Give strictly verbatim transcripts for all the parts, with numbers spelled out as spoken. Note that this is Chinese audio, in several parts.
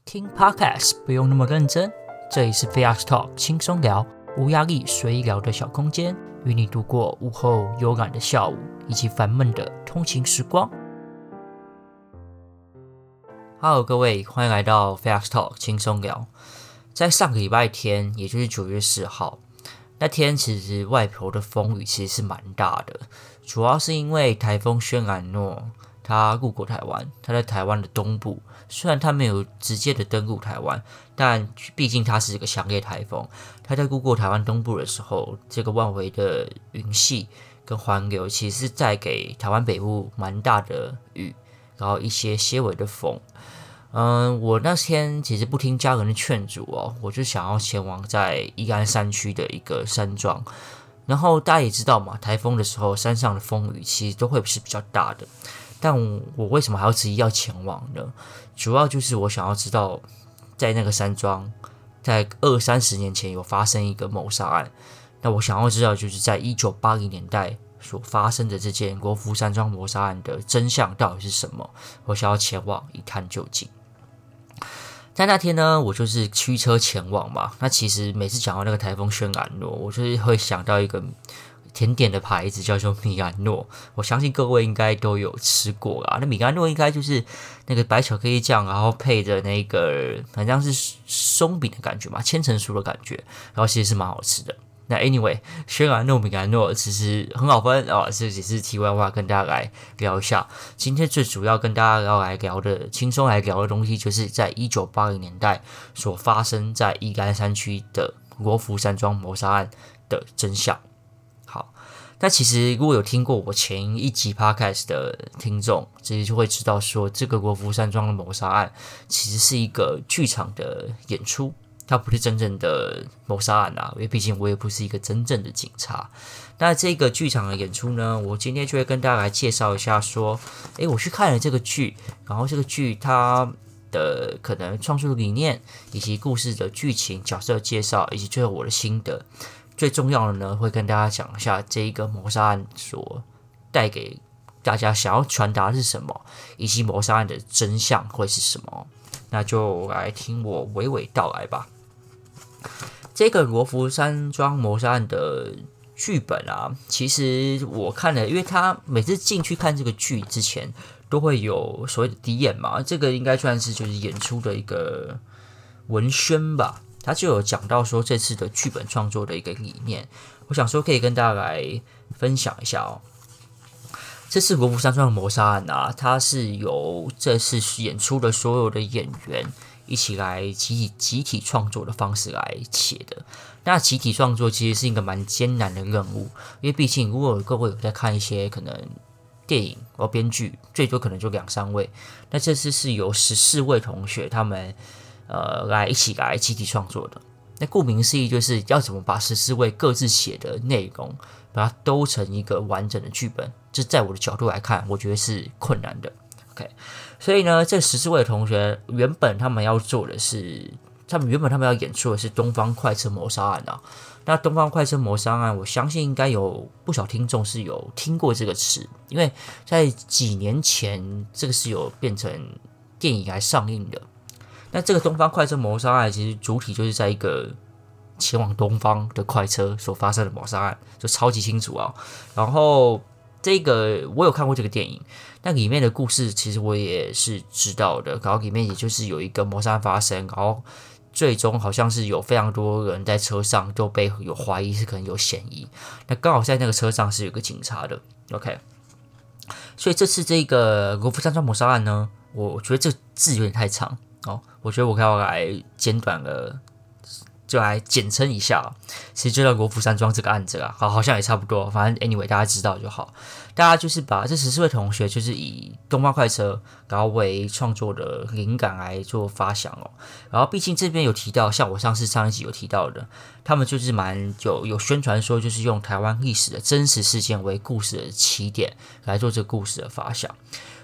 听 Podcast 不用那么认真，这里是 V X Talk 轻松聊，无压力随意聊的小空间，与你度过午后悠然的下午以及烦闷的通勤时光。Hello， 各位，欢迎来到 V X Talk 轻松聊。在上个礼拜天，也就是九月四号，那天其实外婆的风雨其实是蛮大的，主要是因为台风轩峦诺它路过台湾，它在台湾的东部，虽然它没有直接的登陆台湾，但毕竟它是一个强烈台风，它在路过台湾东部的时候，这个外围的云系跟环流其实是在给台湾北部蛮大的雨，然后一些些微的风。嗯，我那天其实不听家人的劝阻哦，我就想要前往在宜兰山区的一个山庄。然后大家也知道嘛，台风的时候山上的风雨其实都会是比较大的。但我为什么还要执意要前往呢？主要就是我想要知道，在那个山庄，在二三十年前有发生一个谋杀案。那我想要知道，就是在一九八零年代所发生的这件国父山庄谋杀案的真相到底是什么？我想要前往一探究竟。在那天呢，我就是驱车前往嘛。那其实每次讲到那个台风轩峦诺，我就是会想到一个甜点的牌子叫做米兰诺，我相信各位应该都有吃过啦。那米兰诺应该就是那个白巧克力酱，然后配着那个好像是松饼的感觉嘛，千层酥的感觉，然后其实是蛮好吃的。那 anyway， 轩峦诺、米兰诺其实很好分啊，这只是题外话，跟大家来聊一下。今天最主要跟大家要来聊的、轻松来聊的东西，就是在一九八零年代所发生在宜兰山区的国父山庄谋杀案的真相。好，那其实如果有听过我前一集 podcast 的听众，其实就会知道说，这个国父山庄的谋杀案其实是一个剧场的演出。它不是真正的谋杀案啊，因为毕竟我也不是一个真正的警察。那这个剧场的演出呢，我今天就会跟大家来介绍一下，说，诶，我去看了这个剧，然后这个剧它的可能创作理念，以及故事的剧情、角色介绍，以及最后我的心得。最重要的呢，会跟大家讲一下这一个谋杀案所带给大家想要传达的是什么，以及谋杀案的真相会是什么。那就来听我娓娓道来吧。这个罗浮山庄谋杀案的剧本啊，其实我看了，因为他每次进去看这个剧之前，都会有所谓的敌演嘛，这个应该算是就是演出的一个文宣吧。他就有讲到说这次的剧本创作的一个理念，我想说可以跟大家来分享一下哦。这次罗浮山庄的谋杀案啊，它是由这次演出的所有的演员一起来集体集体创作的方式来写的。那集体创作其实是一个蛮艰难的任务，因为毕竟如果各位有在看一些可能电影或编剧，最多可能就两三位。那这次是由十四位同学他们呃来一起来集体创作的。那顾名思义，就是要怎么把十四位各自写的内容，把它兜成一个完整的剧本。这在我的角度来看，我觉得是困难的。OK， 所以呢，这十四位同学原本他们要做的是，他们原本他们要演出的是东方快车谋杀案啊。那东方快车谋杀案，我相信应该有不少听众是有听过这个词，因为在几年前这个是有变成电影来上映的。那这个东方快车谋杀案，其实主体就是在一个前往东方的快车所发生的谋杀案，就超级清楚啊。然后这个我有看过这个电影，那里面的故事其实我也是知道的。然后里面也就是有一个谋杀案发生，然后最终好像是有非常多人在车上都被有怀疑是可能有嫌疑。那刚好在那个车上是有个警察的 ，OK。所以这次这个罗浮山庄谋杀案呢，我觉得这个字有点太长。哦，我觉得我要来简短了，就来简称一下。其实就叫罗浮山庄这个案子啦，好，好像也差不多。反正 anyway 大家知道就好。大家就是把这十四位同学，就是以东方快车然后为创作的灵感来做发想哦。然后毕竟这边有提到，像我上次上一集有提到的，他们就是蛮有有宣传说，就是用台湾历史的真实事件为故事的起点来做这个故事的发想。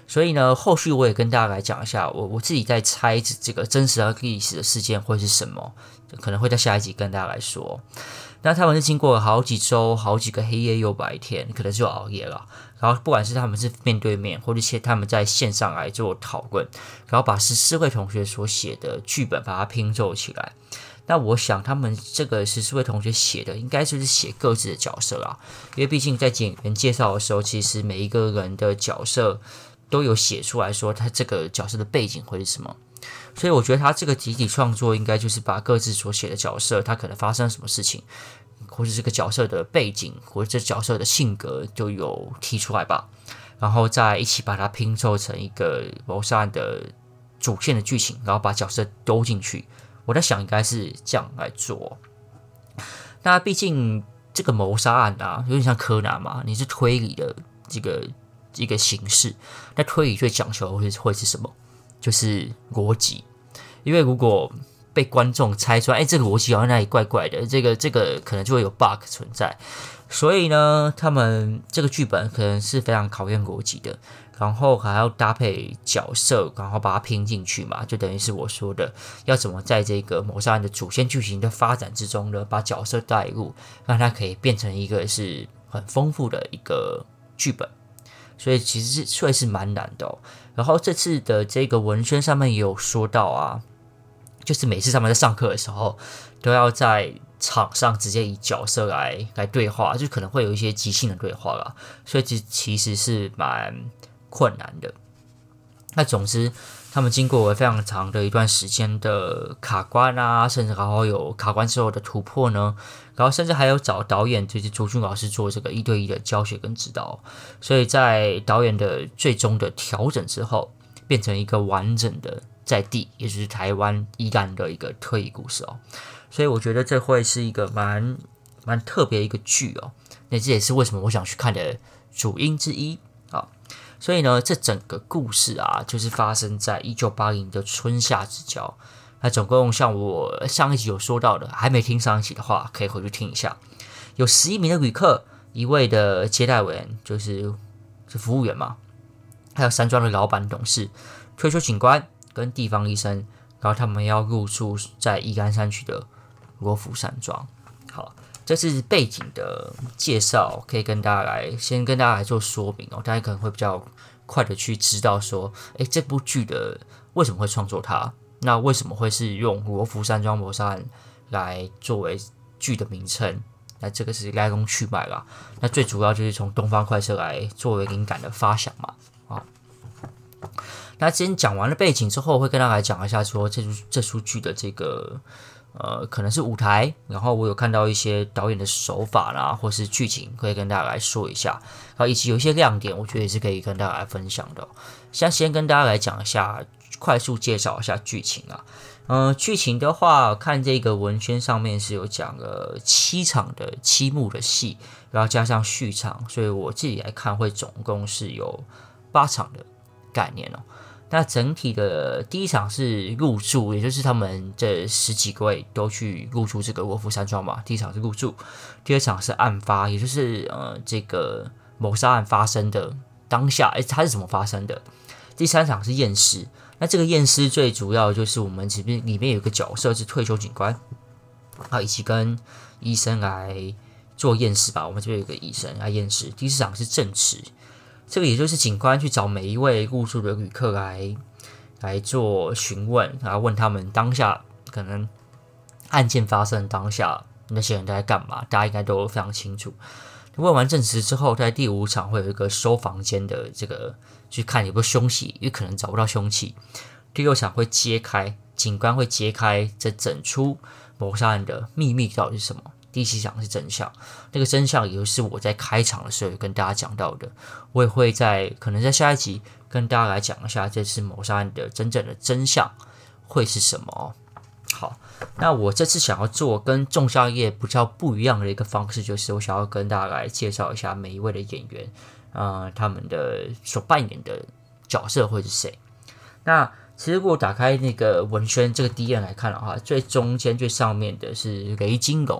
所以呢，后续我也跟大家来讲一下，我我自己在猜这个真实的历史的事件会是什么，可能会在下一集跟大家来说。那他们是经过了好几周、好几个黑夜又白天，可能就熬夜了。然后不管是他们是面对面，或者是他们在线上来做讨论，然后把十四位同学所写的剧本把它拼凑起来。那我想他们这个十四位同学写的，应该就是写各自的角色啦，因为毕竟在演员介绍的时候，其实每一个人的角色都有写出来说他这个角色的背景会是什么。所以我觉得他这个集体创作应该就是把各自所写的角色，他可能发生什么事情，或者这个角色的背景，或者这角色的性格就有提出来吧，然后再一起把它拼凑成一个谋杀案的主线的剧情，然后把角色丢进去。我在想应该是这样来做。那毕竟这个谋杀案啊，有点像柯南嘛，你是推理的这个一个形式，那推理最讲求的会会是什么？就是逻辑。因为如果被观众猜出来，哎，这个逻辑好像那里怪怪的，这个这个可能就会有 bug 存在。所以呢，他们这个剧本可能是非常考验逻辑的，然后还要搭配角色，然后把它拼进去嘛，就等于是我说的，要怎么在这个谋杀案的主线剧情的发展之中呢，把角色带入，让它可以变成一个是很丰富的一个剧本。所以其实确实蛮难的哦。然后这次的这个文宣上面也有说到啊，就是每次他们在上课的时候，都要在场上直接以角色来来对话，就可能会有一些即兴的对话啦，所以这其实是蛮困难的。那总之，他们经过非常长的一段时间的卡关啊，甚至然后有卡关之后的突破呢，然后甚至还有找导演，就是朱俊老师做这个一对一的教学跟指导，所以在导演的最终的调整之后，变成一个完整的在地，也就是台湾宜兰的一个推理故事哦。所以我觉得这会是一个蛮蛮特别的一个剧哦，那这也是为什么我想去看的主因之一啊。所以呢，这整个故事啊，就是发生在一九八零的春夏之交。那总共像我上一集有说到的，还没听上一集的话，可以回去听一下。有十一名的旅客，一位的接待员，就是是服务员嘛，还有山庄的老板、董事、退休警官跟地方医生，然后他们要入住在宜兰山区的罗浮山庄。好。这是背景的介绍，可以跟大家来先跟大家来做说明哦，大家可能会比较快的去知道说，哎，这部剧的为什么会创作它？那为什么会是用罗浮山庄谋杀案来作为剧的名称？那这个是来龙去脉啦。那最主要就是从东方快车来作为灵感的发想嘛，啊。那今天讲完了背景之后，会跟大家来讲一下说这出这出剧的这个。呃，可能是舞台，然后我有看到一些导演的手法啦，或是剧情，可以跟大家来说一下，然后以及有一些亮点，我觉得也是可以跟大家来分享的哦。现在先跟大家来讲一下，快速介绍一下剧情啊。呃，剧情的话，看这个文宣上面是有讲了七场的七幕的戏，然后加上续场，所以我自己来看会总共是有八场的概念哦。那整体的第一场是入住，也就是他们这十几个位都去入住这个罗浮山庄嘛。第一场是入住，第二场是案发，也就是呃这个谋杀案发生的当下，哎，它是怎么发生的？第三场是验尸，那这个验尸最主要就是我们这边里面有一个角色是退休警官，啊，以及跟医生来做验尸吧。我们这边有一个医生来验尸。第四场是证词。这个也就是警官去找每一位入住的旅客来来做询问，然后问他们当下可能案件发生当下那些人都在干嘛，大家应该都非常清楚。问完证词之后，在第五场会有一个收房间的这个去看有没有凶器，因为可能找不到凶器。第六场会揭开，警官会揭开这整出谋杀案的秘密到底是什么。第七场是真相，那个真相也就是我在开场的时候有跟大家讲到的，我也会在可能在下一集跟大家来讲一下这次谋杀案的真正的真相会是什么。好，那我这次想要做跟仲夏夜比较不一样的一个方式，就是我想要跟大家来介绍一下每一位的演员，呃，他们的所扮演的角色会是谁。那其实如果打开那个文宣这个第一页来看的话，最中间最上面的是雷金龙，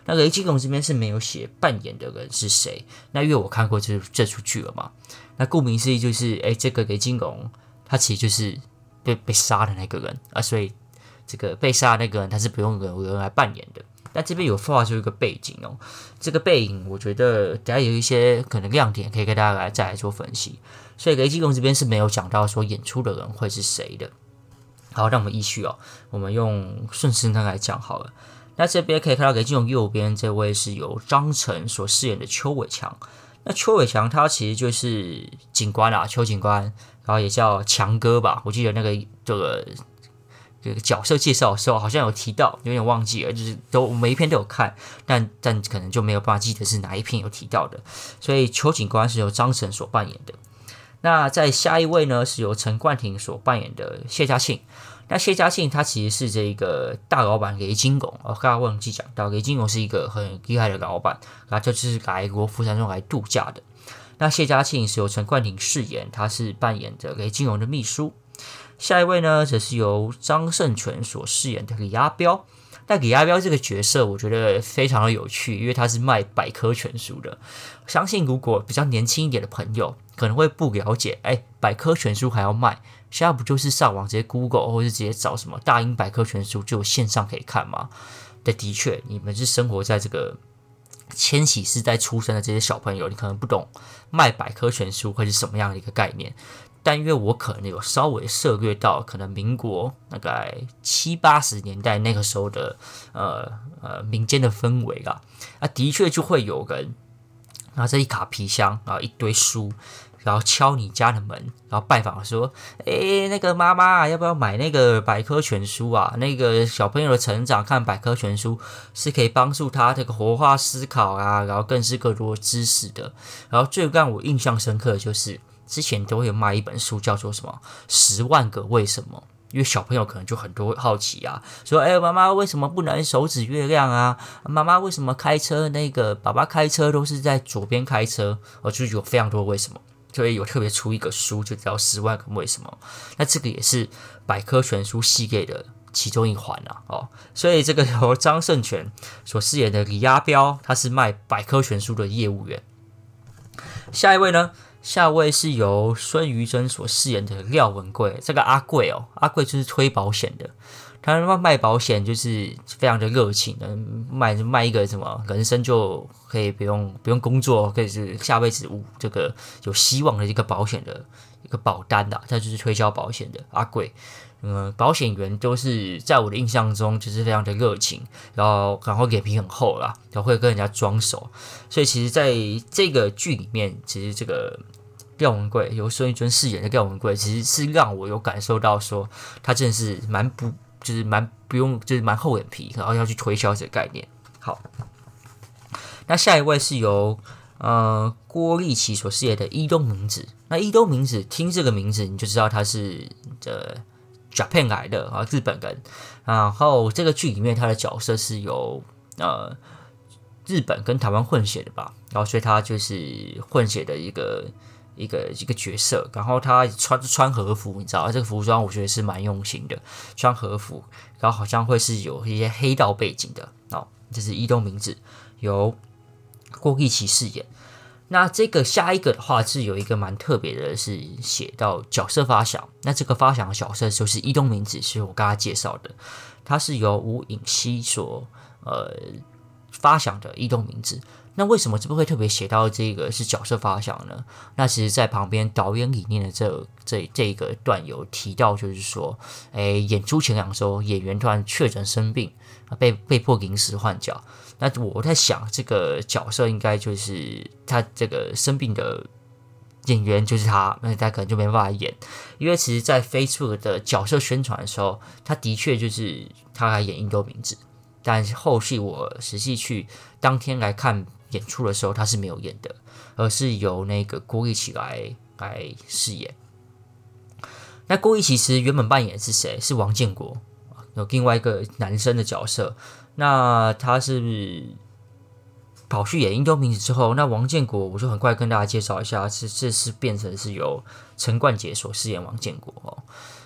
那雷金龙这边是没有写扮演的人是谁，那因为我看过这这出剧了嘛，那顾名思义就是，哎，这个雷金龙他其实就是被被杀的那个人啊，所以这个被杀的那个人他是不用有人来扮演的。那这边有画出一个背景哦，这个背影我觉得等下有一些可能亮点可以跟大家来再来做分析。所以雷金龙这边是没有讲到说演出的人会是谁的。好，那我们依序哦，我们用顺时针来讲好了。那这边可以看到雷金龙右边这位是由张晨所饰演的邱伟强。那邱伟强他其实就是警官啊，邱警官，然后也叫强哥吧。我记得那个这个这个角色介绍的时候好像有提到，有点忘记了，就是都每一篇都有看，但但可能就没有办法记得是哪一篇有提到的。所以邱警官是由张晨所扮演的。那在下一位呢，是由陈冠廷所扮演的谢家庆。那谢家庆他其实是这个大老板雷金龙，我刚刚忘记讲到，雷金龙是一个很厉害的老板，他就是来国富山中来度假的。那谢家庆是由陈冠廷饰演，他是扮演着雷金龙的秘书。下一位呢，则是由张胜全所饰演的李阿彪。那李阿彪这个角色，我觉得非常的有趣，因为他是卖百科全书的。相信如果比较年轻一点的朋友，可能会不了解，哎，百科全书还要卖？现在不就是上网直接 Google 或是直接找什么大英百科全书就有线上可以看吗？对，的确，你们是生活在这个千禧世代出生的这些小朋友，你可能不懂卖百科全书会是什么样的一个概念。但因为我可能有稍微涉略到，可能民国大概七八十年代那个时候的呃呃民间的氛围啦，啊，的确就会有人拿着一卡皮箱，然后一堆书，然后敲你家的门，然后拜访说：“诶，那个妈妈要不要买那个百科全书啊？那个小朋友的成长看百科全书是可以帮助他这个活化思考啊，然后更是更多知识的。”然后最让我印象深刻的就是。之前都会卖一本书，叫做什么《十万个为什么》，因为小朋友可能就很多好奇啊，说：“哎，妈妈为什么不能手指月亮啊？妈妈为什么开车那个爸爸开车都是在左边开车？”我就有非常多为什么，所以有特别出一个书，就叫《十万个为什么》。那这个也是百科全书系列的其中一环啊，哦，所以这个由张胜全所饰演的李阿彪，他是卖百科全书的业务员。下一位呢？下位是由孙瑜珍所饰演的廖文贵，这个阿贵哦，阿贵就是推保险的，他卖保险就是非常的热情的，卖卖一个什么人生就可以不用不用工作，可以是下辈子无这个有希望的一个保险的一个保单的，他就是推销保险的阿贵。嗯，保险员都是在我的印象中就是非常的热情，然后然后脸皮很厚啦，然后会跟人家装熟，所以其实在这个剧里面，其实这个廖文贵由孙艺珍饰演的廖文贵，其实是让我有感受到说，他真的是蛮不就是蛮不用就是蛮厚脸皮，然后要去推销这个概念。好，那下一位是由呃郭立奇所饰演的伊东明子。那伊东明子听这个名字你就知道他是呃。Japan 来的啊，日本人。然后这个剧里面他的角色是由呃日本跟台湾混血的吧，然后所以他就是混血的一个一个一个角色。然后他穿穿和服，你知道这个服装我觉得是蛮用心的，穿和服，然后好像会是有一些黑道背景的哦。这是伊东明子由郭立奇饰演。那这个下一个的话是有一个蛮特别的，是写到角色发想。那这个发想的角色就是伊东明子，是我刚才介绍的，他是由吴颖熙所呃发想的伊东明子。那为什么这边会特别写到这个是角色发想呢？那其实在旁边导演理念的这这这个段有提到，就是说，诶，演出前两周演员突然确诊生病，被被迫临时换角。那我在想，这个角色应该就是他这个生病的演员就是他，那他可能就没办法演，因为其实，在 Facebook 的角色宣传的时候，他的确就是他来演伊东明子，但是后续我实际去当天来看演出的时候，他是没有演的，而是由那个郭立奇来来饰演。那郭立奇其实原本扮演的是谁？是王建国，有另外一个男生的角色。那他是跑去演伊东明子之后，那王建国我就很快跟大家介绍一下，这这是变成是由陈冠杰所饰演王建国哦。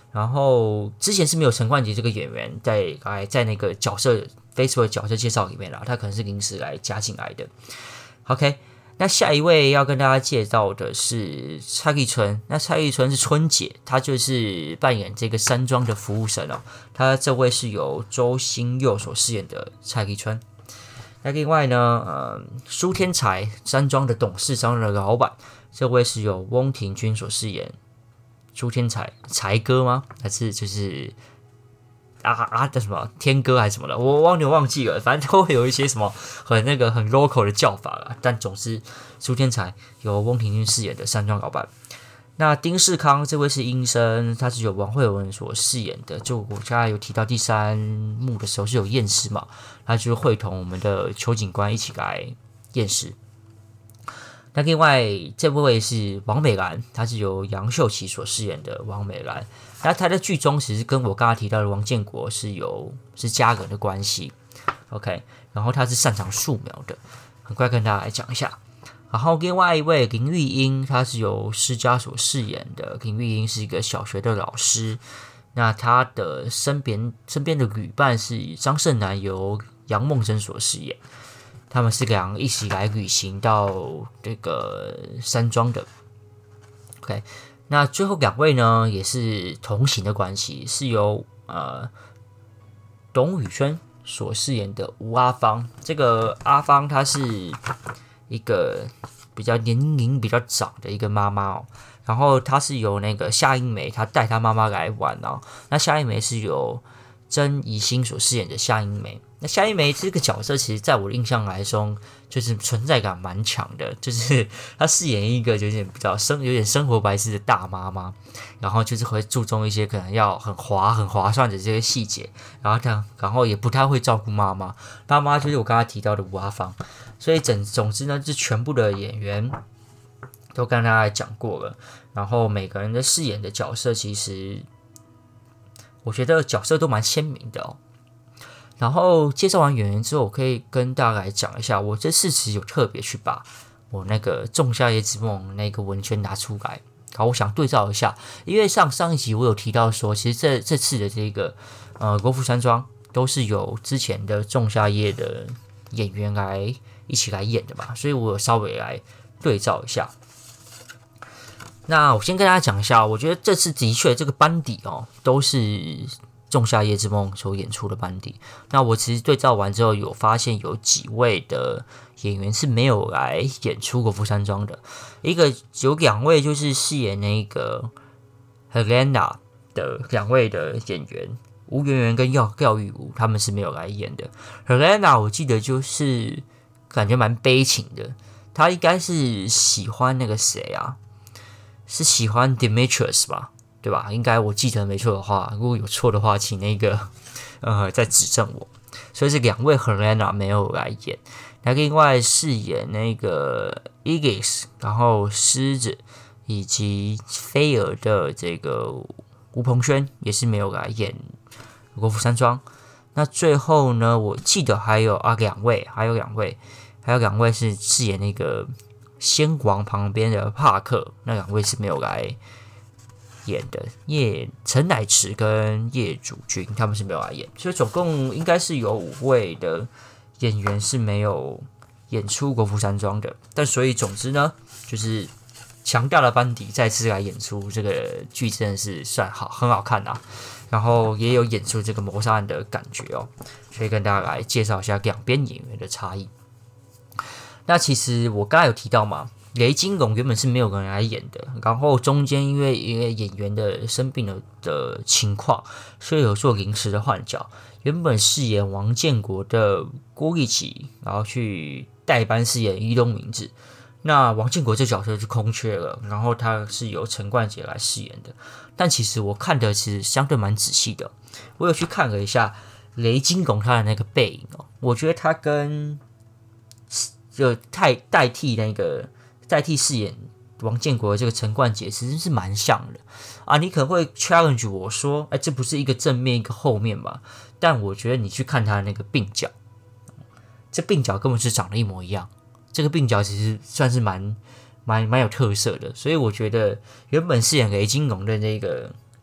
然后之前是没有陈冠杰这个演员在来在那个角色 Facebook 的角色介绍里面啦，他可能是临时来加进来的。OK， 那下一位要跟大家介绍的是蔡立春。那蔡立春是春姐，她就是扮演这个山庄的服务生哦。她这位是由周星佑所饰演的蔡立春。那另外呢，呃，苏天才山庄的董事长的老板，这位是由翁庭君所饰演。苏天才才哥吗？还是就是啊啊的什么天哥还是什么的？我忘点忘记了，反正都会有一些什么很那个很 local 的叫法啦。但总之，苏天才由翁庭君饰演的山庄老板。那丁世康这位是医生，他是由王慧文所饰演的。就我刚才有提到第三幕的时候是有验尸嘛，他就是会同我们的邱警官一起来验尸。那另外这位是王美兰，她是由杨秀琪所饰演的王美兰。那她在剧中其实跟我刚才提到的王建国是有是家人的关系 ，OK。然后她是擅长素描的，很快跟大家来讲一下。然后另外一位林玉英，她是由施家所饰演的。林玉英是一个小学的老师，那她的身边身边的旅伴是张胜男，由杨梦真所饰演。他们是俩一起来旅行到这个山庄的 ，OK。那最后两位呢，也是同行的关系，是由呃董宇轩所饰演的吴阿芳。这个阿芳她是一个比较年龄比较长的一个妈妈哦，然后她是由那个夏英梅，她带她妈妈来玩哦。那夏英梅是由曾怡欣所饰演的夏英梅。那夏一梅这个角色，其实在我的印象来说，就是存在感蛮强的，就是她饰演一个有点比较生、有点生活白痴的大妈妈，然后就是会注重一些可能要很划、很划算的这些细节，然后她，然后也不太会照顾妈妈，妈妈就是我刚才提到的吴阿芳，所以整总之呢，这全部的演员都跟大家讲过了，然后每个人的饰演的角色，其实我觉得角色都蛮鲜明的哦。然后介绍完演员之后，我可以跟大家来讲一下，我这次其实有特别去把我那个《仲夏夜之梦》那个文宣拿出来，好，我想对照一下，因为上上一集我有提到说，其实这这次的这个呃国服山庄都是由之前的《仲夏夜》的演员来一起来演的嘛，所以我有稍微来对照一下。那我先跟大家讲一下，我觉得这次的确这个班底哦都是仲夏夜之梦所演出的班底，那我其实对照完之后，有发现有几位的演员是没有来演出国服山庄的。一个有两位就是饰演那个 Helena 的两位的演员，吴媛媛跟廖廖玉茹，他们是没有来演的。Helena 我记得就是感觉蛮悲情的，她应该是喜欢那个谁啊？是喜欢 Demetrius 吧？对吧？应该我记得没错的话，如果有错的话，请那个呃再指正我。所以是两位 Helena 没有来演，那另外饰演那个 Igis， 然后狮子以及菲儿的这个吴鹏轩也是没有来演国服山庄。那最后呢，我记得还有啊两位，还有两位，还有两位是饰演那个仙王旁边的帕克，那两位是没有来演的，叶陈乃池跟叶祖君他们是没有来演，所以总共应该是有五位的演员是没有演出国服山庄的。但所以总之呢，就是强大的班底再次来演出这个剧，真的是算好很好看啊。然后也有演出这个谋杀案的感觉哦，所以跟大家来介绍一下两边演员的差异。那其实我刚才有提到嘛，雷金龙原本是没有人来演的，然后中间因为因为演员的生病了的情况，所以有做临时的换角。原本饰演王建国的郭立奇，然后去代班饰演伊东明子。那王建国这角色就空缺了，然后他是由陈冠杰来饰演的。但其实我看的其实相对蛮仔细的，我有去看了一下雷金龙他的那个背影哦，我觉得他跟就代代替那个代替饰演王建国的这个陈冠杰其实是蛮像的啊。你可能会 challenge 我说，哎，这不是一个正面一个后面吧？但我觉得你去看他的那个鬓角，这鬓角根本是长得一模一样。这个鬓角其实算是蛮蛮蛮有特色的，所以我觉得原本饰演雷金龙的那个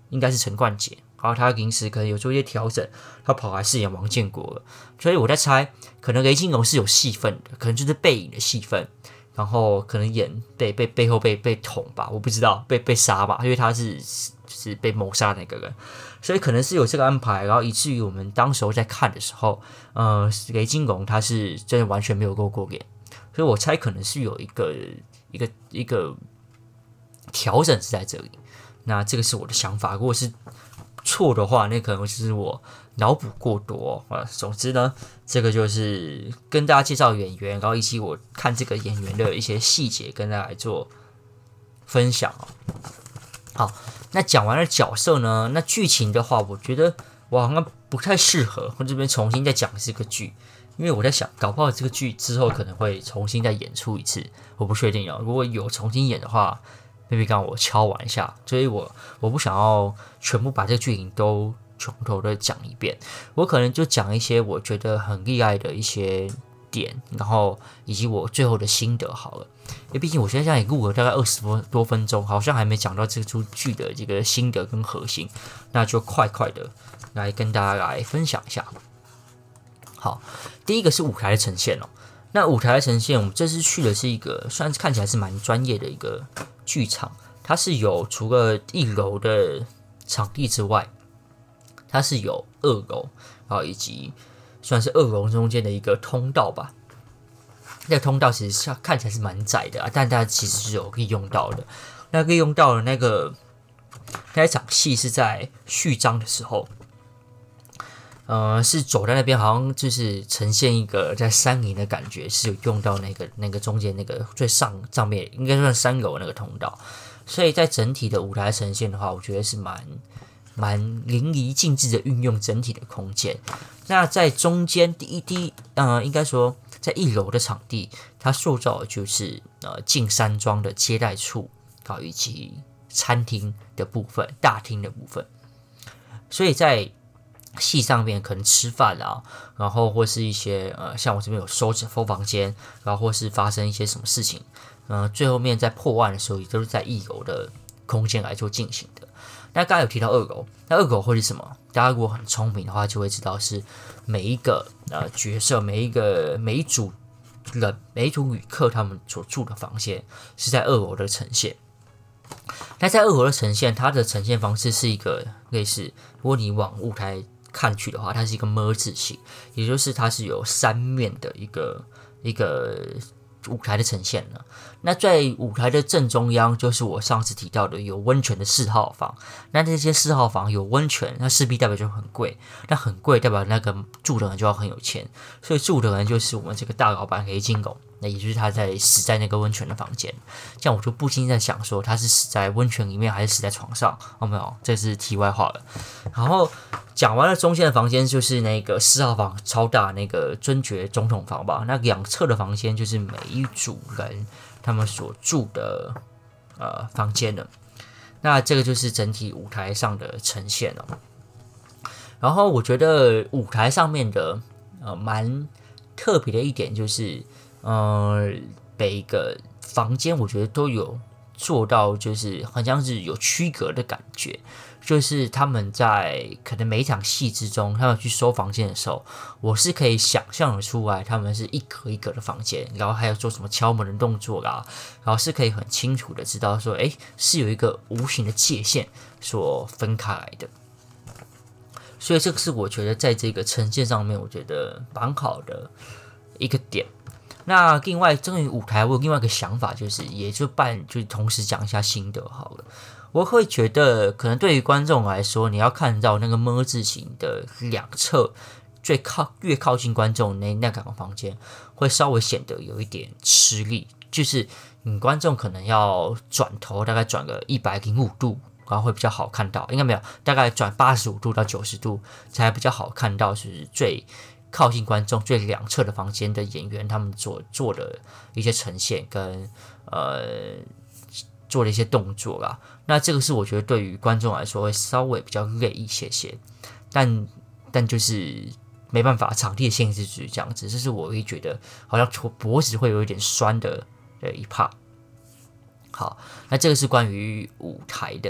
应该是陈冠杰，然后他临时可能有做一些调整，他跑来饰演王建国了，所以我在猜，可能雷金龙是有戏份的，可能就是背影的戏份，然后可能演被被背后被被捅吧，我不知道被被杀吧，因为他是就是被谋杀的那个人，所以可能是有这个安排，然后以至于我们当时候在看的时候，呃，雷金龙他是真的完全没有露过脸，所以我猜可能是有一个一个一个调整是在这里。那这个是我的想法，如果是错的话，那可能就是我脑补过多啊。总之呢，这个就是跟大家介绍演员，然后以及我看这个演员的一些细节，跟大家来做分享哦。好，那讲完了角色呢，那剧情的话，我觉得我好像不太适合我这边重新再讲这个剧，因为我在想，搞不好这个剧之后可能会重新再演出一次，我不确定哦。如果有重新演的话，maybe 刚我敲完一下，所以我我不想要全部把这个剧情都从头的讲一遍，我可能就讲一些我觉得很厉害的一些点，然后以及我最后的心得好了。因为毕竟我现在这样也录了大概二十多分钟，好像还没讲到这出剧的这个心得跟核心，那就快快的来跟大家来分享一下。好，第一个是舞台的呈现哦。那舞台的呈现，我们这次去的是一个算是看起来是蛮专业的一个剧场，它是有除了一楼的场地之外，它是有二楼，然后以及算是二楼中间的一个通道吧。那个通道其实看起来是蛮窄的啊，但它其实是有利用到的。那利用到的那个那一场戏是在序章的时候。呃，是走在那边，好像就是呈现一个在山林的感觉，是有用到那个那个中间那个最上上面，应该算三楼那个通道，所以在整体的舞台呈现的话，我觉得是蛮蛮淋漓尽致的运用整体的空间。那在中间第一第一，呃，应该说在一楼的场地，它塑造的就是呃进山庄的接待处，啊，以及餐厅的部分、大厅的部分，所以在戏上面可能吃饭啊，然后或是一些呃，像我这边有收拾收房间，然后或是发生一些什么事情，嗯、呃，最后面在破案的时候，也都是在一楼的空间来做进行的。那刚才有提到二楼，那二楼会是什么？大家如果很聪明的话，就会知道是每一个呃角色，每一个每一组人，每一组旅客他们所住的房间是在二楼的呈现。那在二楼的呈现，它的呈现方式是一个类似，如果你往舞台看去的话，它是一个 M 字形，也就是它是有三面的一个一个舞台的呈现了。那在舞台的正中央，就是我上次提到的有温泉的四号房。那这些四号房有温泉，那势必代表就很贵。那很贵代表那个住的人就要很有钱，所以住的人就是我们这个大老板雷金狗。那也就是他在死在那个温泉的房间，这样我就不禁在想说，他是死在温泉里面还是死在床上？哦，没有，这是题外话了。然后讲完了中间的房间，就是那个四号房超大那个尊爵总统房吧。那两侧的房间就是每一组人他们所住的呃房间了。那这个就是整体舞台上的呈现哦。然后我觉得舞台上面的呃蛮特别的一点就是。呃，每一个房间我觉得都有做到，就是好像是有区隔的感觉。就是他们在可能每一场戏之中，他们去收房间的时候，我是可以想象的出来，他们是一格一格的房间，然后还有做什么敲门的动作啦，然后是可以很清楚的知道说，哎，是有一个无形的界限所分开来的。所以这个是我觉得在这个呈现上面，我觉得蛮好的一个点。那另外，针于舞台，我有另外一个想法，就是也就办，就是同时讲一下心得好了。我会觉得，可能对于观众来说，你要看到那个 M 字形的两侧，最靠越靠近观众那那两个房间，会稍微显得有一点吃力。就是你观众可能要转头，大概转个一百零五度，然后会比较好看到。应该没有，大概转八十五度到九十度才比较好看到，是最靠近观众最两侧的房间的演员，他们所做的一些呈现跟呃做的一些动作啦。那这个是我觉得对于观众来说会稍微比较累一些些，但但就是没办法，场地的限制就是这样子。这是我会觉得好像脖子会有一点酸的的一 part。好，那这个是关于舞台的。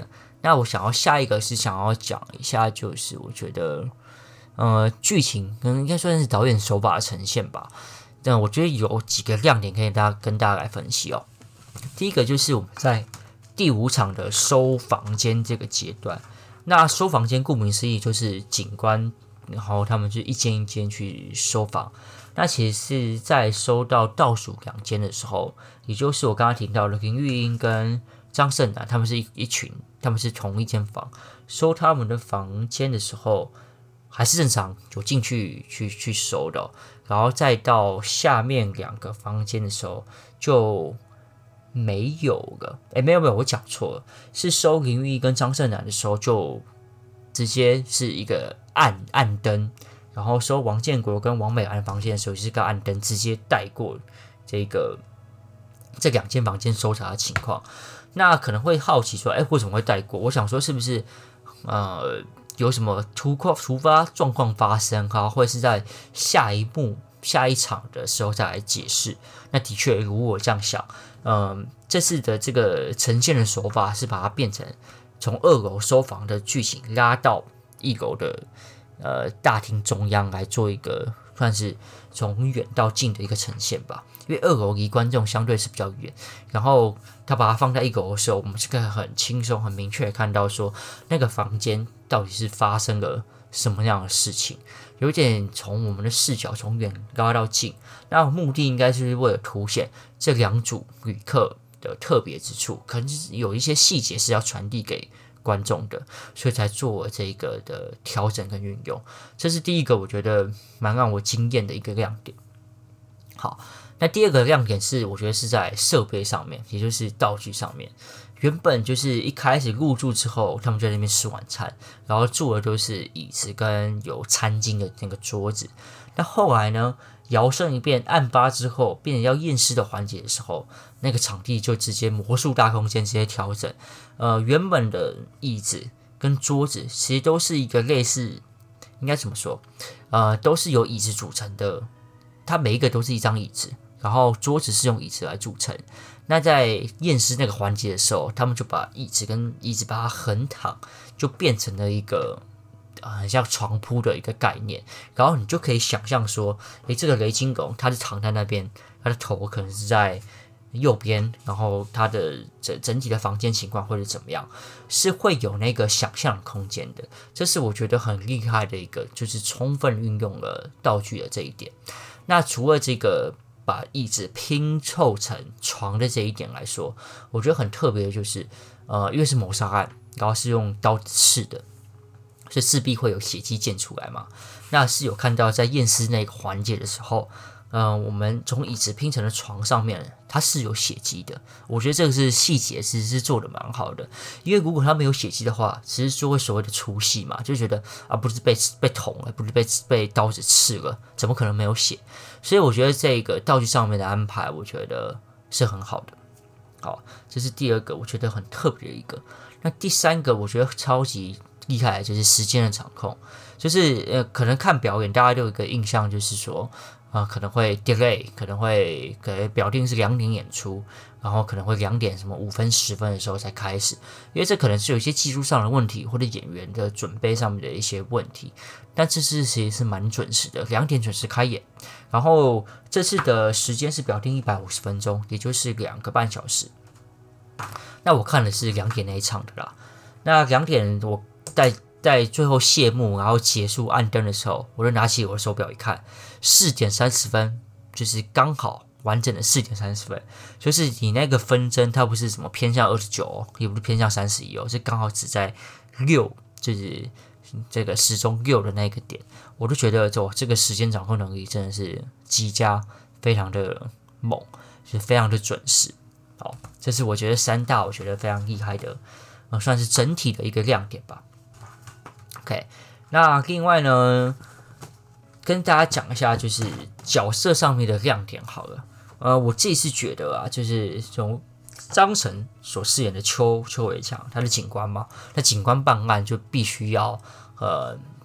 那我想要下一个是想要讲一下，就是我觉得呃剧情跟应该算是导演手法的呈现吧。但我觉得有几个亮点可以大家跟大家来分析哦。第一个就是我们在第五场的收房间这个阶段，那收房间顾名思义就是警官，然后他们就一间一间去收房。那其实是在收到倒数两间的时候，也就是我刚刚提到的林玉英跟张胜男，他们是一一群，他们是同一间房，收他们的房间的时候还是正常有进去去去收的、哦，然后再到下面两个房间的时候就没有了。哎，没有没有，我讲错了，是收林玉英跟张胜男的时候就直接是一个暗暗灯。然后收王建国跟王美兰房间的时候，是个暗灯直接带过这个这两间房间搜查的情况。那可能会好奇说，哎，为什么会带过？我想说，是不是呃有什么突况突发状况发生哈，或者是在下一幕下一场的时候再来解释？那的确，如果我这样想，嗯、呃，这次的这个呈现的手法是把它变成从二楼收房的剧情拉到一楼的。呃，大厅中央来做一个算是从远到近的一个呈现吧，因为二楼离观众相对是比较远，然后他把它放在一楼的时候，我们是可以很轻松、很明确的看到说那个房间到底是发生了什么样的事情，有点从我们的视角从远拉到近，那目的应该是为了凸显这两组旅客的特别之处，可能就是有一些细节是要传递给观众的，所以才做这个的调整跟运用，这是第一个我觉得蛮让我惊艳的一个亮点。好，那第二个亮点是我觉得是在设备上面，也就是道具上面。原本就是一开始入住之后，他们就在那边吃晚餐，然后坐的都是椅子跟有餐巾的那个桌子。那后来呢，摇身一变，案发之后变成要验尸的环节的时候，那个场地就直接魔术大空间直接调整。呃，原本的椅子跟桌子其实都是一个类似，应该怎么说？呃，都是由椅子组成的，它每一个都是一张椅子，然后桌子是用椅子来组成。那在验尸那个环节的时候，他们就把椅子跟椅子把它横躺，就变成了一个呃很像床铺的一个概念。然后你就可以想象说，诶，这个雷金龙他是躺在那边，他的头可能是在右边，然后它的整整体的房间情况或者怎么样，是会有那个想象空间的。这是我觉得很厉害的一个，就是充分运用了道具的这一点。那除了这个把椅子拼凑成床的这一点来说，我觉得很特别的就是，呃，因为是谋杀案，然后是用刀子刺的，所以势必会有血迹溅出来嘛。那是有看到在验尸那个环节的时候。呃，我们从椅子拼成的床上面，它是有血迹的。我觉得这个是细节，其实是做的蛮好的。因为如果它没有血迹的话，其实就会所谓的出戏嘛，就觉得啊，不是被被捅了，不是被被刀子刺了，怎么可能没有血？所以我觉得这个道具上面的安排，我觉得是很好的。好，这是第二个，我觉得很特别的一个。那第三个，我觉得超级厉害的就是时间的掌控，就是呃，可能看表演，大家都有一个印象，就是说。啊、呃，可能会 delay， 可能会给表定是两点演出，然后可能会两点什么五分、十分的时候才开始，因为这可能是有一些技术上的问题，或者演员的准备上面的一些问题。但这次其实是蛮准时的，两点准时开演，然后这次的时间是表定一百五十分钟，也就是两个半小时。那我看的是两点那一场的啦，那两点我在。在最后谢幕，然后结束暗灯的时候，我就拿起我的手表一看，四点三十分，就是刚好完整的四点三十分，就是你那个分针，它不是什么偏向二十九哦，也不是偏向三十一哦，是刚好只在六，就是这个时钟六的那个点，我就觉得这这个时间掌控能力真的是极佳，非常的猛，就是非常的准时。好，这是我觉得三大我觉得非常厉害的，呃，算是整体的一个亮点吧。OK， 那另外呢，跟大家讲一下，就是角色上面的亮点好了。呃，我自己是觉得啊，就是从张晨所饰演的邱邱伟强，他是警官嘛，那警官办案就必须要呃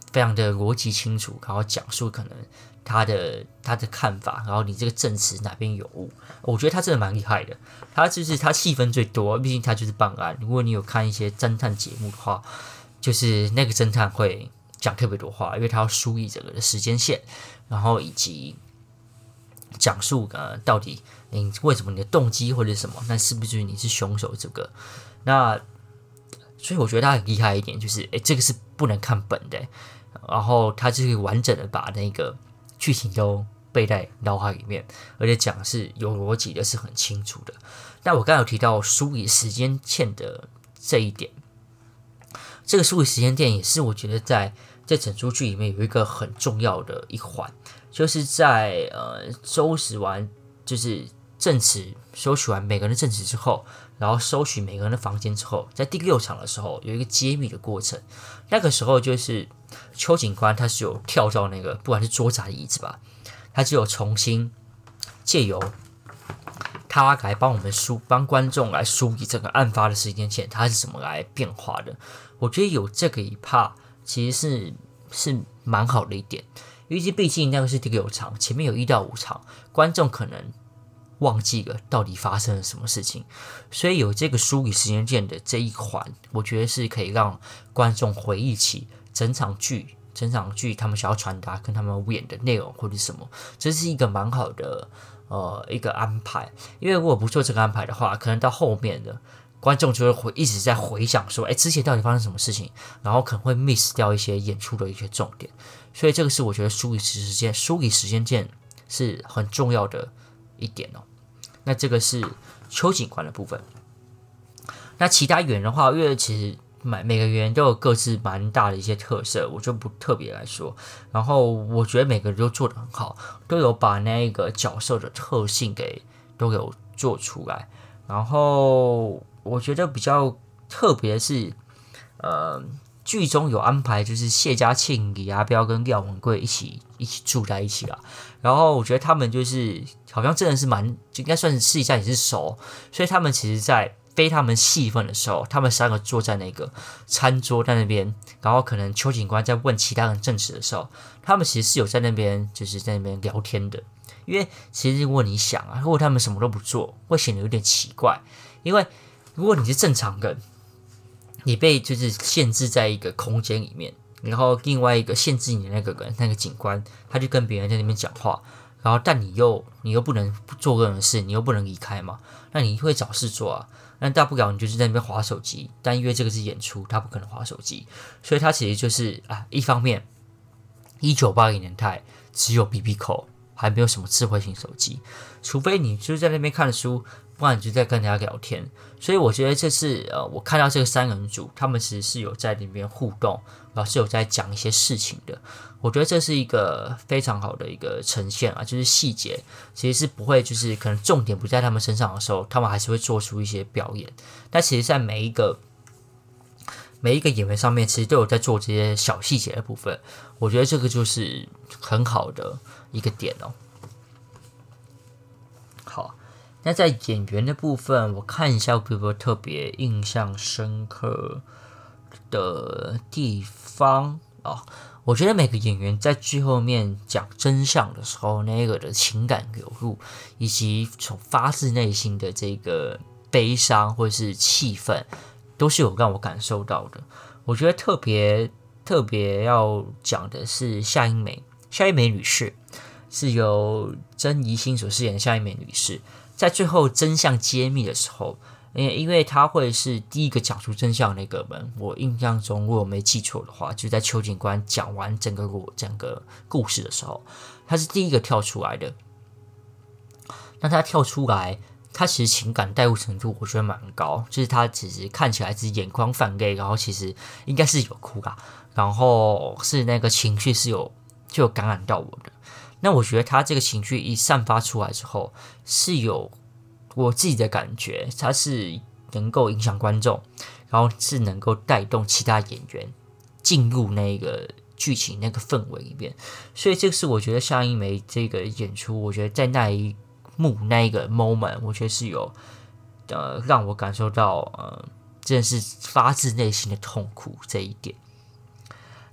非常的逻辑清楚，然后讲述可能他的他的看法，然后你这个证词哪边有误，我觉得他真的蛮厉害的。他就是他戏份最多，毕竟他就是办案。如果你有看一些侦探节目的话，就是那个侦探会讲特别多话，因为他要梳理整个的时间线，然后以及讲述呃到底你为什么你的动机或者什么，那是不是你是凶手这个？那所以我觉得他很厉害一点，就是诶这个是不能看本的，然后他就是完整的把那个剧情都背在脑海里面，而且讲的是有逻辑的，是很清楚的。那我刚才有提到梳理时间线的这一点，这个梳理时间线也是我觉得在在整出剧里面有一个很重要的一环，就是在呃收拾完就是证词，收取完每个人的证词之后，然后收取每个人的房间之后，在第六场的时候有一个揭秘的过程。那个时候就是邱警官他是有跳到那个不管是桌子还是椅子吧，他就有重新借由他来帮我们梳帮观众来梳理整个案发的时间线，他是怎么来变化的。我觉得有这个一 part 其实是是蛮好的一点，因为毕竟那个是第六场，前面有一到五场，观众可能忘记了到底发生了什么事情，所以有这个梳理时间线的这一环，我觉得是可以让观众回忆起整场剧、整场剧他们想要传达跟他们演的内容或者什么，这是一个蛮好的呃一个安排。因为如果不做这个安排的话，可能到后面的观众就会回一直在回想说，哎，之前到底发生什么事情，然后可能会 miss 掉一些演出的一些重点。所以这个是我觉得梳理时间、梳理时间线是很重要的一点哦。那这个是邱警官的部分。那其他演员的话，因为其实每每个演员都有各自蛮大的一些特色，我就不特别来说。然后我觉得每个人都做得很好，都有把那个角色的特性给都有做出来。然后我觉得比较特别的是，呃，剧中有安排就是谢家庆、李阿彪跟廖文贵一起一起住在一起啦。然后我觉得他们就是好像真的是蛮，就应该算是私底下也是熟，所以他们其实在非他们戏份的时候，他们三个坐在那个餐桌在那边，然后可能邱警官在问其他人证词的时候，他们其实是有在那边就是在那边聊天的。因为其实如果你想啊，如果他们什么都不做，会显得有点奇怪。因为如果你是正常人，你被就是限制在一个空间里面，然后另外一个限制你的那个人，那个警官，他就跟别人在那边讲话，然后但你又你又不能做任何事，你又不能离开嘛，那你会找事做啊。那大不了你就是在那边滑手机，但因为这个是演出，他不可能滑手机，所以他其实就是啊，一方面，一九八零年代只有 B B 口，还没有什么智慧型手机，除非你就是在那边看书，不然你就在跟人家聊天。所以我觉得这次呃，我看到这个三人组，他们其实是有在那边互动，然后是有在讲一些事情的。我觉得这是一个非常好的一个呈现啊，就是细节其实是不会，就是可能重点不在他们身上的时候，他们还是会做出一些表演。但其实，在每一个每一个演员上面，其实都有在做这些小细节的部分。我觉得这个就是很好的一个点哦。好，那在演员的部分，我看一下有没有特别印象深刻的地方哦。我觉得每个演员在最后面讲真相的时候，那个的情感流露，以及从发自内心的这个悲伤或是气愤，都是有让我感受到的。我觉得特别特别要讲的是夏英美，夏英美女士是由曾怡欣所饰演的夏英美女士，在最后真相揭秘的时候，因为她会是第一个讲出真相的那个人。我印象中，如果我没记错的话，就在邱警官讲完整个整个故事的时候，她是第一个跳出来的。那她跳出来，她其实情感带入程度我觉得蛮高，就是她其实看起来是眼眶泛泪，然后其实应该是有哭啦，然后是那个情绪是有就有感染到我的。那我觉得她这个情绪一散发出来之后，是有我自己的感觉，它是能够影响观众，然后是能够带动其他演员进入那个剧情那个氛围里面。所以这是我觉得夏英梅这个演出，我觉得在那一幕那一个 moment， 我觉得是有呃让我感受到呃真的是发自内心的痛苦这一点。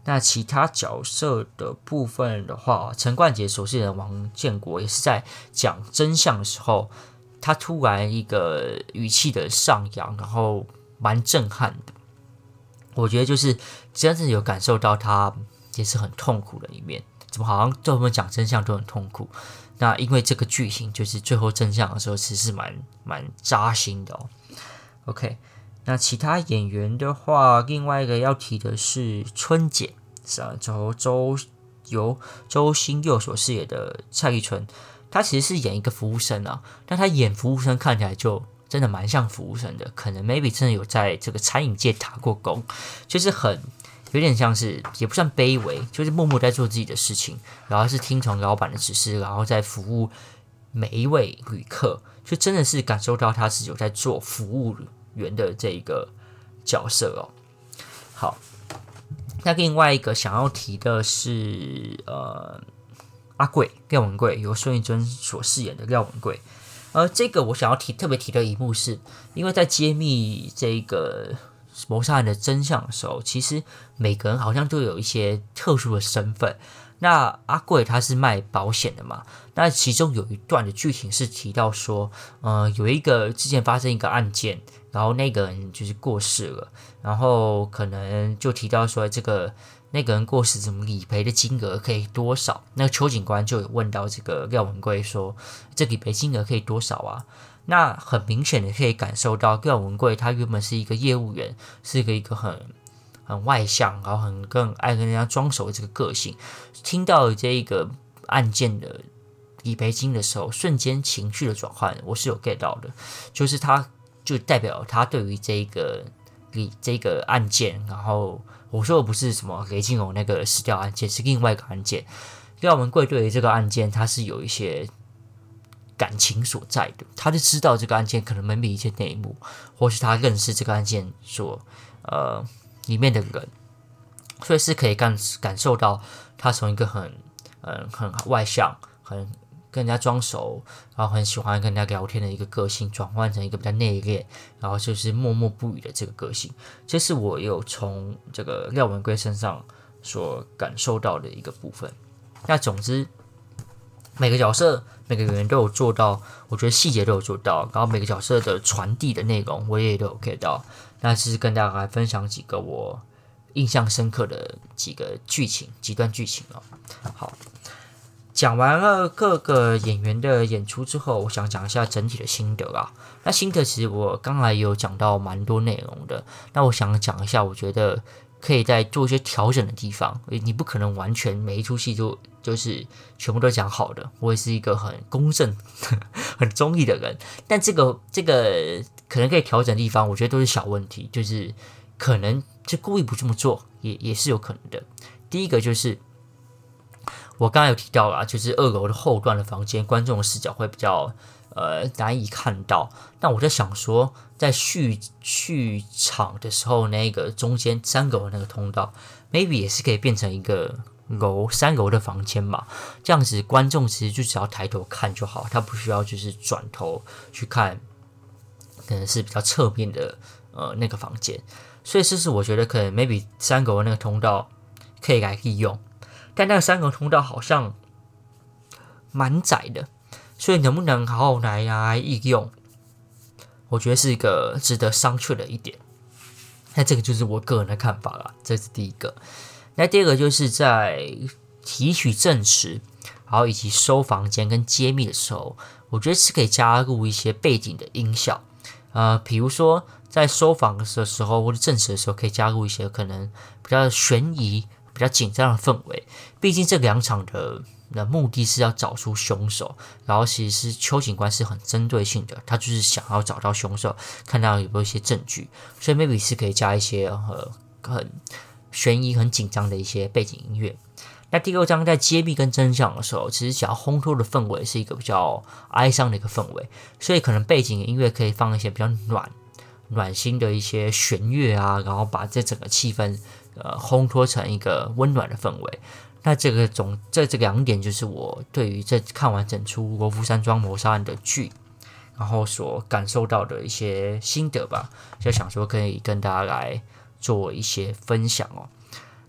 那其他角色的部分的话，陈冠杰所饰演的王建国也是在讲真相的时候，他突然一个语气的上扬，然后蛮震撼的。我觉得就是真正有感受到他也是很痛苦的一面，怎么好像对我们讲真相都很痛苦？那因为这个剧情就是最后真相的时候，其实是蛮蛮扎心的哦。OK， 那其他演员的话，另外一个要提的是春姐，是啊，由周由周星佑所饰演的蔡丽春，她其实是演一个服务生啊，但她演服务生看起来就真的蛮像服务生的，可能 maybe 真的有在这个餐饮界打过工，就是很有点像是也不算卑微，就是默默在做自己的事情，然后是听从老板的指示，然后在服务每一位旅客，就真的是感受到他是有在做服务员的这一个角色哦。好，那另外一个想要提的是呃阿贵廖文贵，由孙艺珍所饰演的廖文贵。而这个我想要提特别提的一幕是，因为在揭秘这个谋杀案的真相的时候，其实每个人好像都有一些特殊的身份。那阿贵他是卖保险的嘛，那其中有一段的剧情是提到说，呃，有一个之前发生一个案件，然后那个人就是过世了，然后可能就提到说这个那个人过世，怎么理赔的金额可以多少？那个邱警官就有问到这个廖文贵说，这理赔金额可以多少啊？那很明显的可以感受到廖文贵他原本是一个业务员，是一个一个很很外向，然后很更爱跟人家装熟的这个个性。听到这一个案件的理赔金的时候，瞬间情绪的转换，我是有 get 到的，就是他就代表他对于这个理这个案件，然后我说的不是什么雷金荣那个死掉案件，是另外一个案件。廖文贵对于这个案件，他是有一些感情所在的，他就知道这个案件可能门里一些内幕，或是他认识这个案件所呃里面的人，所以是可以感感受到他从一个很嗯很外向、很跟人家装熟，然后很喜欢跟人家聊天的一个个性，转换成一个比较内敛，然后就是默默不语的这个个性，这是我有从这个廖文贵身上所感受到的一个部分。那总之，每个角色每个演员都有做到，我觉得细节都有做到，然后每个角色的传递的内容我也都有 get 到。那是跟大家来分享几个我印象深刻的几个剧情、几段剧情哦。好，讲完了各个演员的演出之后，我想讲一下整体的心得啊。那心得其实我刚才也有讲到蛮多内容的，那我想讲一下，我觉得可以再做一些调整的地方。你不可能完全每一出戏就就是全部都讲好的，我也是一个很公正、很中立的人。但这个这个可能可以调整的地方，我觉得都是小问题，就是可能就故意不这么做，也也是有可能的。第一个就是我刚才有提到啦，就是二楼的后段的房间，观众的视角会比较呃难以看到。但我在想说，在续续场的时候，那个中间三楼的那个通道 ，maybe 也是可以变成一个楼三楼的房间嘛。这样子观众其实就只要抬头看就好，他不需要就是转头去看，可能是比较侧面的呃那个房间。所以这是我觉得可能 maybe 三楼的那个通道可以来利用。但那个三个通道好像蛮窄的，所以能不能好好来来利用，我觉得是一个值得商榷的一点。那这个就是我个人的看法啦，这是第一个。那第二个就是在提取证词，然后以及收房间跟揭秘的时候，我觉得是可以加入一些背景的音效，呃，比如说在收房的时候或者证词的时候，可以加入一些可能比较悬疑、比较紧张的氛围。毕竟这两场的的目的是要找出凶手，然后其实是邱警官是很针对性的，他就是想要找到凶手，看到有没有一些证据，所以 maybe 是可以加一些呃很悬疑、很紧张的一些背景音乐。那第六章在揭秘跟真相的时候，其实想要烘托的氛围是一个比较哀伤的一个氛围，所以可能背景音乐可以放一些比较暖暖心的一些弦乐啊，然后把这整个气氛呃烘托成一个温暖的氛围。那这个总这这两点就是我对于这看完整出罗浮山庄谋杀案的剧，然后所感受到的一些心得吧，就想说可以跟大家来做一些分享哦。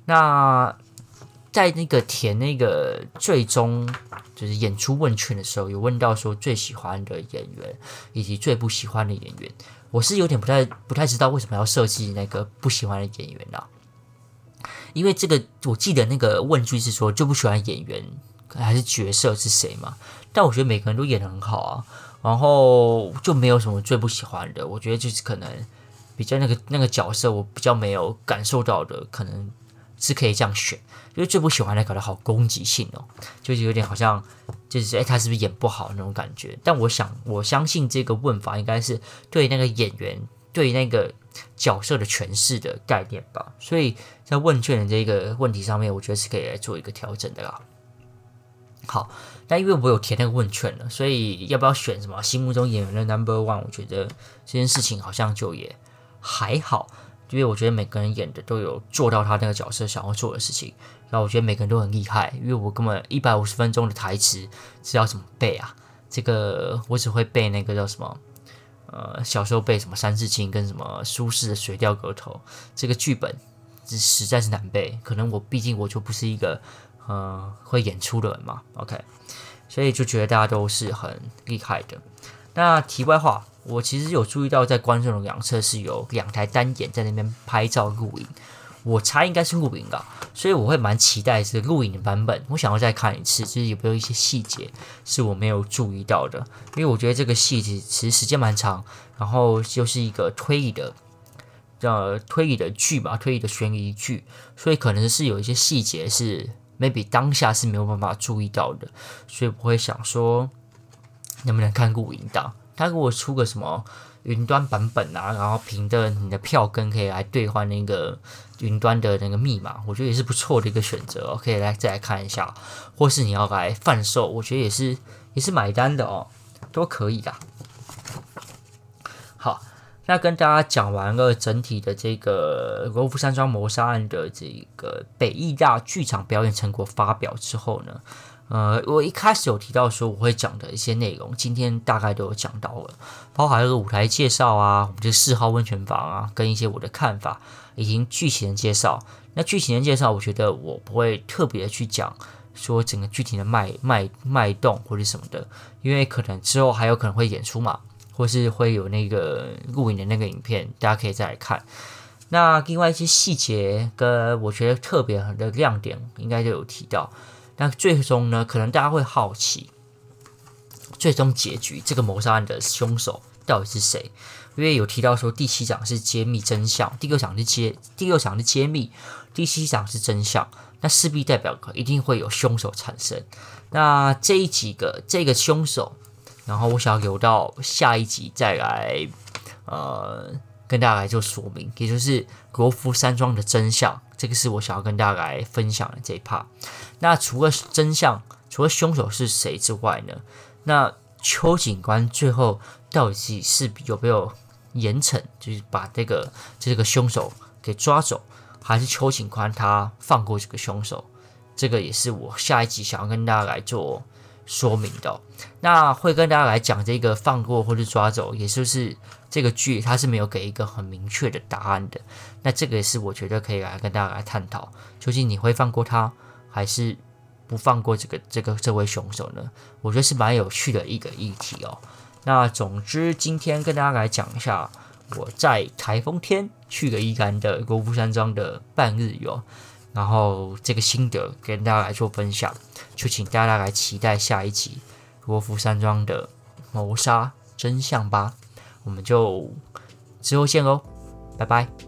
那在那个填那个最终就是演出问卷的时候，有问到说最喜欢的演员以及最不喜欢的演员。我是有点不太不太知道为什么要设计那个不喜欢的演员啦、啊，因为这个我记得那个问句是说最不喜欢演员还是角色是谁嘛，但我觉得每个人都演得很好啊，然后就没有什么最不喜欢的。我觉得就是可能比较那个那个角色我比较没有感受到的，可能是可以这样选。因为最不喜欢的搞得好攻击性哦，就是有点好像就是哎、欸、他是不是演不好那种感觉。但我想我相信这个问法应该是对那个演员对那个角色的诠释的概念吧，所以在问卷的这个问题上面，我觉得是可以来做一个调整的啦。好，那因为我有填那个问卷了，所以要不要选什么心目中演员的 number one， 我觉得这件事情好像就也还好。因为我觉得每个人演的都有做到他那个角色想要做的事情，然后我觉得每个人都很厉害。因为我根本一百五十分钟的台词是要怎么背啊？这个我只会背那个叫什么，呃，小时候背什么三字经跟什么苏轼的《水调歌头》，这个剧本实在是难背。可能我毕竟我就不是一个呃会演出的人嘛 ，OK， 所以就觉得大家都是很厉害的。那题外话，我其实有注意到，在观众的两侧是有两台单眼在那边拍照录影，我猜应该是录影啦，所以我会蛮期待这个录影的版本。我想要再看一次，就是有没有一些细节是我没有注意到的，因为我觉得这个戏其实时间蛮长，然后就是一个推理的，呃，推理的剧吧，推理的悬疑剧，所以可能是有一些细节是 maybe 当下是没有办法注意到的，所以我会想说，能不能看录影档？他如果出个什么云端版本啊，然后凭着你的票根可以来兑换那个云端的那个密码，我觉得也是不错的一个选择哦，可以来再来看一下，或是你要来贩售，我觉得也是也是买单的哦，都可以啦。好，那跟大家讲完了整体的这个罗浮山庄谋杀案的这个北艺大剧场表演成果发表之后呢，呃，我一开始有提到说我会讲的一些内容，今天大概都有讲到了，包含了舞台介绍啊，我们这四号温泉房啊，跟一些我的看法，以及剧情的介绍。那剧情的介绍，我觉得我不会特别的去讲说整个剧情的脉脉脉动或者什么的，因为可能之后还有可能会演出嘛，或是会有那个录影的那个影片，大家可以再来看。那另外一些细节跟我觉得特别的亮点，应该就有提到。那最终呢，可能大家会好奇，最终结局这个谋杀案的凶手到底是谁？因为有提到说第七章是揭秘真相，第六章是揭第六章是揭秘，第七章是真相，那势必代表一定会有凶手产生。那这一几个这个凶手，然后我想要留到下一集再来，呃，跟大家来做说明，也就是罗浮山庄的真相。这个是我想要跟大家来分享的这一 part。那除了真相，除了凶手是谁之外呢？那邱警官最后到底是有没有严惩，就是把这个这个凶手给抓走，还是邱警官他放过这个凶手？这个也是我下一集想要跟大家来做说明的哦。那会跟大家来讲这个放过或者抓走，也就是这个剧它是没有给一个很明确的答案的。那这个也是我觉得可以来跟大家来探讨，究竟你会放过他，还是不放过这个这个这位凶手呢？我觉得是蛮有趣的一个议题哦。那总之今天跟大家来讲一下我在台风天去了宜兰的罗浮山庄的半日游，然后这个心得跟大家来做分享，就请大家来期待下一集罗浮山庄的谋杀真相吧。我们就之后见喽，拜拜。